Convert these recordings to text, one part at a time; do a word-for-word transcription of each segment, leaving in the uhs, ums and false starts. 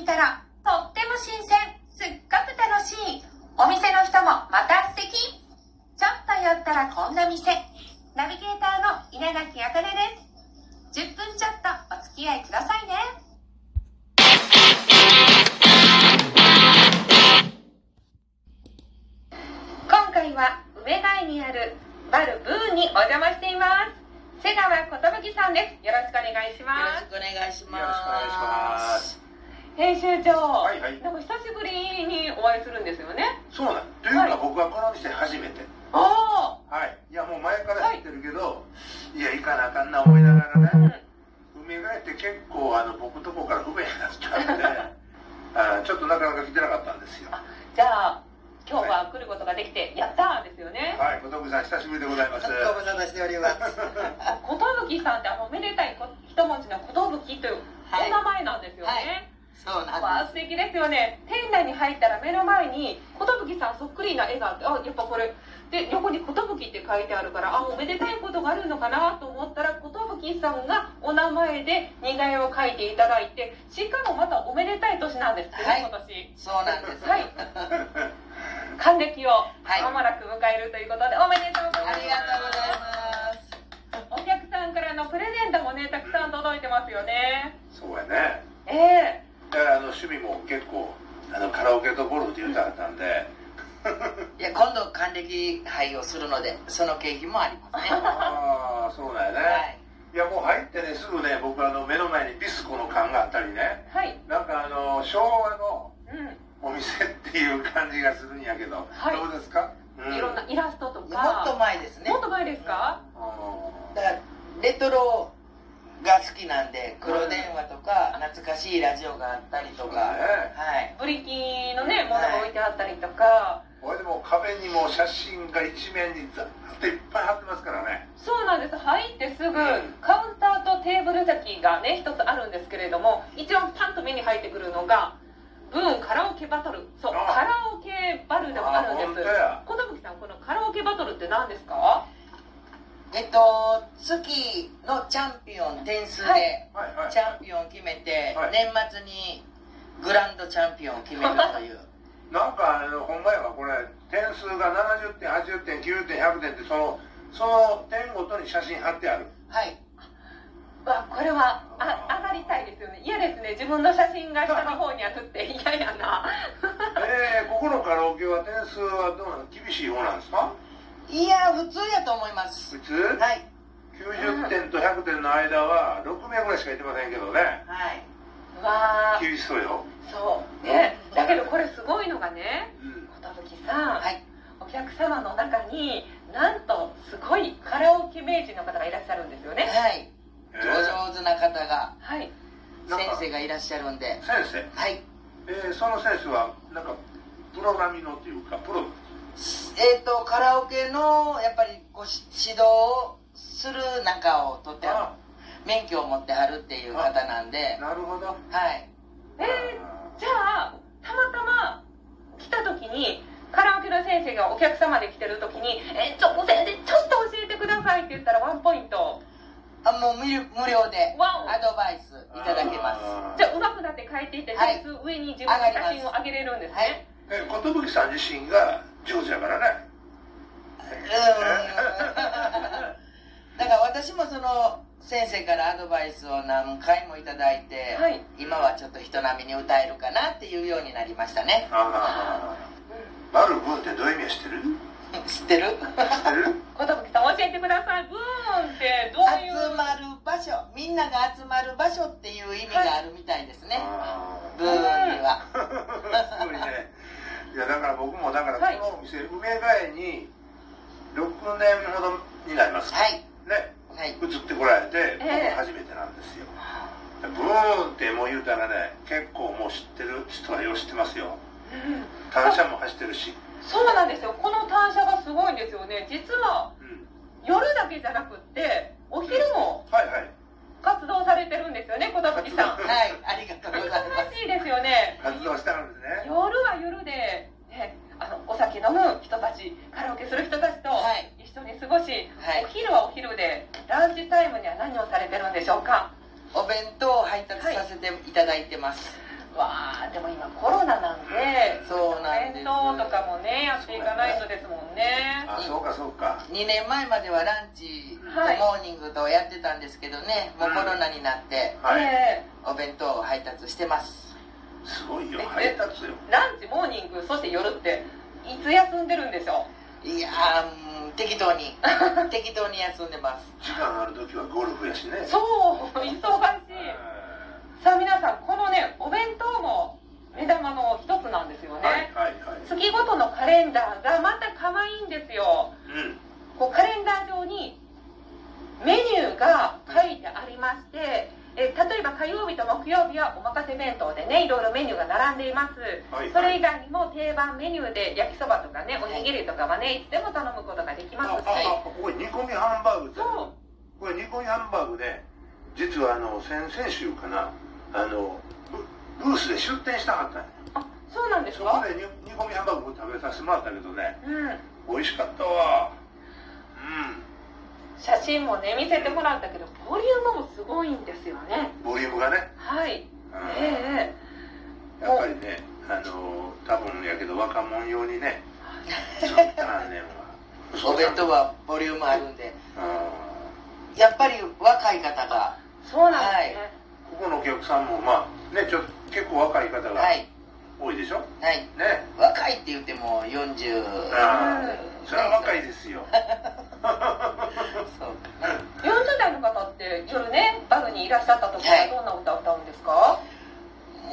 たらとっても新鮮、すっごく楽しい。お店の人もまた素敵。ちょっと寄ったらこんな店。ナビゲーターの稲垣あかねです。じゅっぷんちょっとお付き合いくださいね。今回は梅ヶ谷にあるバルブーンにお邪魔しています。瀬川寿さんです。よろしくお願いします。 よろしくお願いします。 よろしくお願いします。 編集長、 はいはい、 なんか久しぶりにお会いするんですよね。 そうなんというのは、はい、僕はこの店初めて。 ああ、 はい。いやもう前から知ってるけど、はい、いや行かなあかんな思いながらね、うん、梅ヶ谷って結構あの僕とこから不便だったんであちょっとなかなか来てなかったんですよ。 あ、じゃあ今日は来ることができて、はい、やったーですよね。 はい、寿さん久しぶりでございます。 ご無沙汰しております。 寿さんってあのめでたい一文字の寿というお名前なんですよね。 はいはい、そうなんです。 わあ素敵ですよね。店内に入ったら目の前に寿さんそっくりな絵があって、あ、やっぱこれで横に寿って書いてあるから、あ、おめでたいことがあるのかなと思ったら、寿さんがお名前で似顔絵を描いていただいて、しかもまたおめでたい年なんですけど、はい、今年。 そうなんです。 はい。還暦をまもなく迎えるということで、おめでとうございます。 ありがとうございます。 お客さんからのプレゼントもね、たくさん届いてますよね。 そうやね。 ええー。だからあの趣味も結構あのカラオケとゴルフって言うたかったんで。 いや今度還暦杯をするのでその経費もありますね。 ああそうだよね。はい、いやもう入ってねすぐね僕あの目の前にビスコの缶があったりね。はい。なんかあの昭和のお店っていう感じがするんやけど、はい、どうですか？ うん、いろんなイラストとか。 もっと前ですね。 もっと前ですか？ うん、だからレトロが好きなんで黒電話とか懐かしいラジオがあったりとか、 ね、 はい、 ブリキのねものが置いてあったりとか、 これでも壁にも写真が一面にザッといっぱい貼ってますからね。 そうなんです。入ってすぐカウンターとテーブル席がね一つあるんですけれども、一番パンと目に入ってくるのがブーンカラオケバトル。そう、カラオケバルでもあるんです。寿さん、このカラオケバトルって何ですか？ えっと、月のチャンピオン点数でチャンピオンを決めて、はい、年末にグランドチャンピオンを決めるというなんかあのほんまやわこれ点数がななじゅってんはちじゅってんきゅうじゅってんひゃくてんってそのその点ごとに写真貼ってある。 はい。 わこれはあ上がりたいですよね。嫌ですね、自分の写真が下の方にあるって嫌やなえー、ここのカラオケは点数はどうなの？厳しい方なんですか？ いや普通やと思います。 普通？ はい。 きゅうじゅってんとひゃくてんの間はろくめいぐらいしかいてませんけどね。 はい。 わ厳しそうよ。 そうね。だけどこれすごいのがね、寿さん、はい、お客様の中になんとすごいカラオケ名人の方がいらっしゃるんですよね。 はい。お上手な方が、 はい、 先生がいらっしゃるんで。 先生？ はい。 えー、その先生はなんかプロ並みのというかプロ。 えーとカラオケのやっぱりご指導をする中を取ってある免許を持ってはるっていう方なんで。 なるほど。 はい。 えー、じゃあたまたま来た時にカラオケの先生がお客様で来てる時に「えちょっと先生ちょっと教えてください」って言ったらワンポイントあもう無料無料でアドバイスいただけます。 じゃあ上手くなって帰っていって点数上に自分の写真を上げれるんですね。 はい、え寿さん自身が上手やからね。 うんだから私もその先生からアドバイスを何回もいただいて、はい、今はちょっと人並みに歌えるかなっていうようになりましたね。 ああバルブーンってどういう意味知ってる？ 知ってる？ 知ってる？ 寿さん教えてください。ブーンってどういう？ 集まる場所、みんなが集まる場所っていう意味があるみたいですね、はい、ブーンにはすごいね。いやだから僕もだからこのお店、はい、梅ヶ谷にろくねんほどになります。 はいね、 はい、 移ってこられて、僕初めてなんですよ。ブーンってもう言うたらね、結構もう知ってる人はよう知ってますよ。単車も走ってるし。 そうなんですよ。この単車がすごいんですよね。実は、うん、夜だけじゃなくってお昼も活動されてるんですよね、寿さん。 はい、ありがとうございます。 忙しいですよね。 活動したんですね。 夜は夜で、ね、あのお酒飲む人たち、カラオケする人たちと一緒に過ごし、はい、お昼はお昼でランチタイムには何をされてるんでしょうか？ お弁当を配達させていただいてます。 はい、わあでも今コロナなんで、 そうなんです。 弁当とかもねやっていかないのですもんね。 あ、そうかそうか。 にねんまえまではランチとモーニングとやってたんですけどね、はい、もうコロナになって、はい、お弁当を配達してます。 すごいよ、配達よ。 ランチモーニングそして夜っていつ休んでるんでしょう？ いやー、適当に適当に休んでます。 時間ある時はゴルフやしね。 そう忙しい。さあ皆さん、このねお弁当も目玉の一つなんですよね、はいはいはい、月ごとのカレンダーがまた可愛いんですよ、うん、こうカレンダー上にメニューが書いてありまして、え例えば火曜日と木曜日はおまかせ弁当でねいろいろメニューが並んでいます、はいはい、それ以外にも定番メニューで焼きそばとかねおにぎりとかはねいつでも頼むことができますし、 ああこれ煮込みハンバーグってそうこれ煮込みハンバーグで実はあの先々週かなあのブースで出店したかったんや。 あ、そうなんですか。 そこで煮込みハンバーグを食べさせてもらったけどね、うん、美味しかったわ。うん写真もね見せてもらったけどボリュームもすごいんですよね。 ボリュームがね。 はい。 ええー、やっぱりねあの多分やけど若者用にね作ったらねお弁当はボリュームあるんで、やっぱり若い方がそうなんですね、はい、 ここのお客さんもまあねちょ結構若い方が多いでしょ。はい、 ね、若いって言ってもよんじゅう。 ああ、それは若いですよ。 そうよんじゅう代の方って夜ねバルにいらっしゃった時はどんな歌を歌うんですか？はい、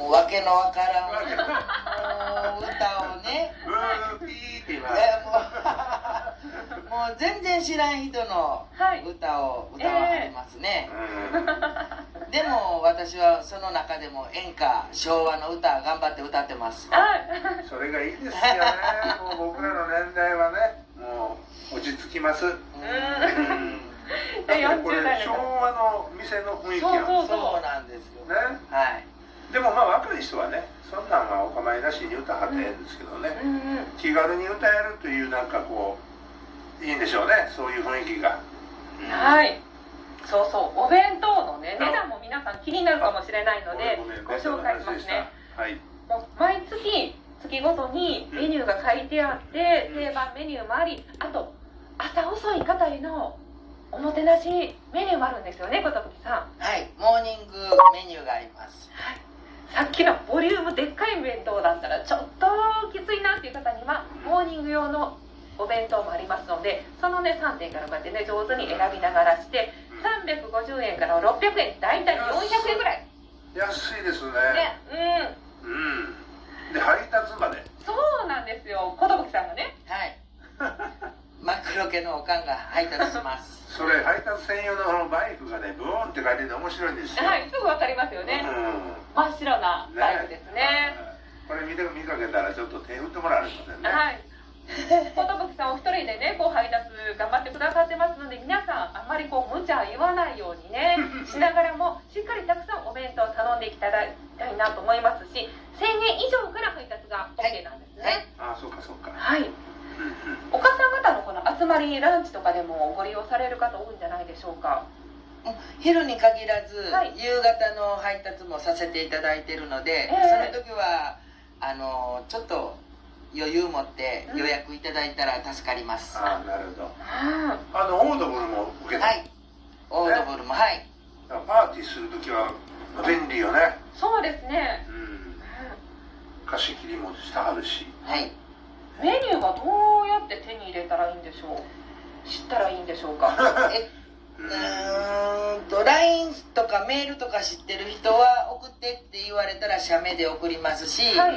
もう訳のわからん歌をねうーピーって言います。 もう全然知らん人の歌を歌わはりますね、えー、でも私はその中でも演歌昭和の歌頑張って歌ってます。 それがいいですよね。もう僕らの年代はねもう落ち着きます。うんうんだってこれ昭和の店の雰囲気やん。 そうそうなんですよね。はい。でもまあ若い人はねそんなんはお構いなしに歌はってええんですけどね、うんうんうん、気軽に歌えるというなんかこういいんでしょうねそういう雰囲気が、 うん、はいそうそうお弁当のね値段も皆さん気になるかもしれないのでご紹介しますね。はい、もう毎月月ごとにメニューが書いてあって、うん、定番メニューもありあと朝遅い方へのおもてなしメニューもあるんですよね小峠さん。 はいモーニングメニューがあります、 はい、さっきのボリュームでっかい弁当だったらちょっときついなっていう方にはモーニング用のお弁当もありますのでそのねさんてんからこうやってね上手に選びながらしてさんびゃくごじゅうえんからろっぴゃくえんだいたいよんひゃくえんぐらい安いですね。 ねうんうんで配達までそうなんですよ小峠さんがねはい真っ黒けのおかんが配達しますそれ配達専用のバイクがねブーンって書いてて面白いんですよ。 はいすぐ分かりますよね、うん、真っ白なバイクですね。 これ見て見かけたらちょっと手振ってもらえませんね。 はい小峠さんお一人でねこう配達頑張ってくださってますので皆さんあんまりこう無茶言わないようにねしながらもしっかりたくさんお弁当を頼んでいきたいなと思いますしせんえん以上から配達が OK なんですね。はいはい、 ああそうかそうか。 はいお母さん方のこの集まりランチとかでもご利用される方多いんじゃないでしょうか。 昼に限らず、はい、夕方の配達もさせていただいているので、えー、その時はあのちょっと余裕持って予約いただいたら助かります、 うん、ああなるほど、あのオードブルも受けてはいオードブルも、ね、はいパーティーする時は便利よね。 そうですね、うん、 貸し切りもしてはるし。 はいメニューはどうやって手に入れたらいいんでしょう知ったらいいんでしょうかえうーんと ライン とかメールとか知ってる人は送ってって言われたら写メで送りますし、はい、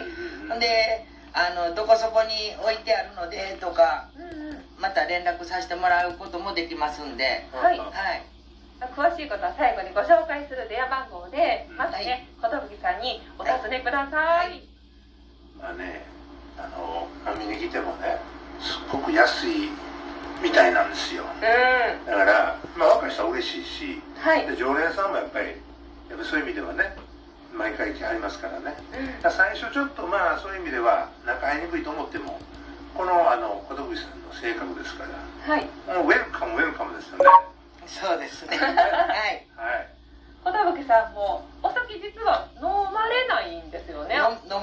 であのどこそこに置いてあるのでとか、うんうん、また連絡させてもらうこともできますんで、 はい、はい、詳しいことは最後にご紹介する電話番号でまずね小峠さんにお尋ねください。はい、 まあねあの飲みに来てもねすっごく安いみたいなんですよ、うん、だから、まあ、若い人は嬉しいし、はい、で常連さんもやっぱりやっぱそういう意味ではね毎回来はりますからね、うん、だから最初ちょっとまあそういう意味では仲入りにくいと思ってもこのあの小峠さんの性格ですから、はい、もうウェルカムウェルカムですよね。 そうですねはい、 はい、 小峠さんもお酒実は飲まれないんですよね。 飲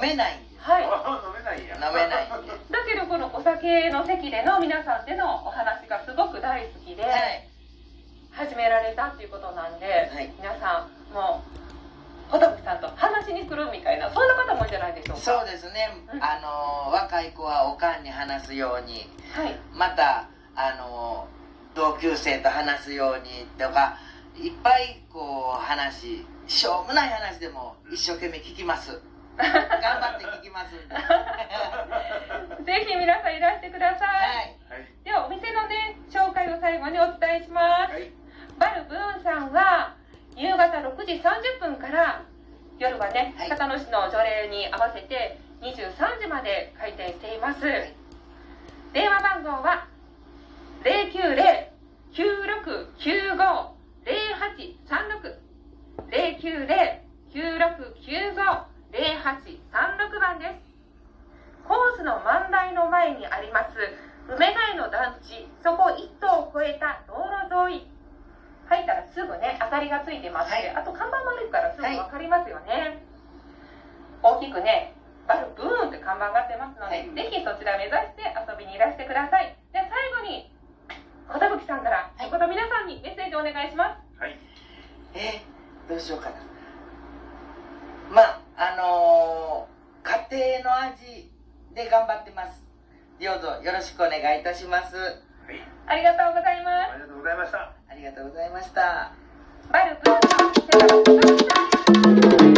めないんです。 はい、 飲めないんや。 飲めないんでだけどこのお酒の席での皆さんでのお話がすごく大好きで、はい、始められたっていうことなんで、はい、皆さんもう寿さんと話しに来るみたいな、そんな方もいいんじゃないでしょうか。 そうですね、うん、あの若い子はおかんに話すように、 はい、 またあの同級生と話すようにとか、いっぱいこう話、しょうもない話でも一生懸命聞きます頑張って聞きますんでぜひ皆さんいらしてください、はい、ではお店のね紹介を最後にお伝えします、はい、バルブーンさんは夕方ろくじさんじゅっぷんから夜はね、はい、交野市の除霊に合わせてにじゅうさんじまで開店しています、はい、電話番号は ゼロきゅうゼロ きゅうろくきゅうご ゼロはちさんろく ゼロきゅうゼロ きゅうろくきゅうご ゼロはちさんろく 番です。コースの万代の前にあります梅ヶ枝の団地、そこ一棟を越えた道路沿い、入ったらすぐね明かりがついてまして、はい、あと看板もあるからすぐ分かりますよね、はい、大きくねバルブーンって看板が出ますので、はい、ぜひそちら目指して遊びにいらしてください。で最後に寿さんから一言皆さんにメッセージをお願いします。 はい、 えー、どうしようかな。まああのー、家庭の味で頑張ってます。どうぞよろしくお願いいたします。はい、 ありがとうございます。 ありがとうございました。 ありがとうございました。 バルブーンの店から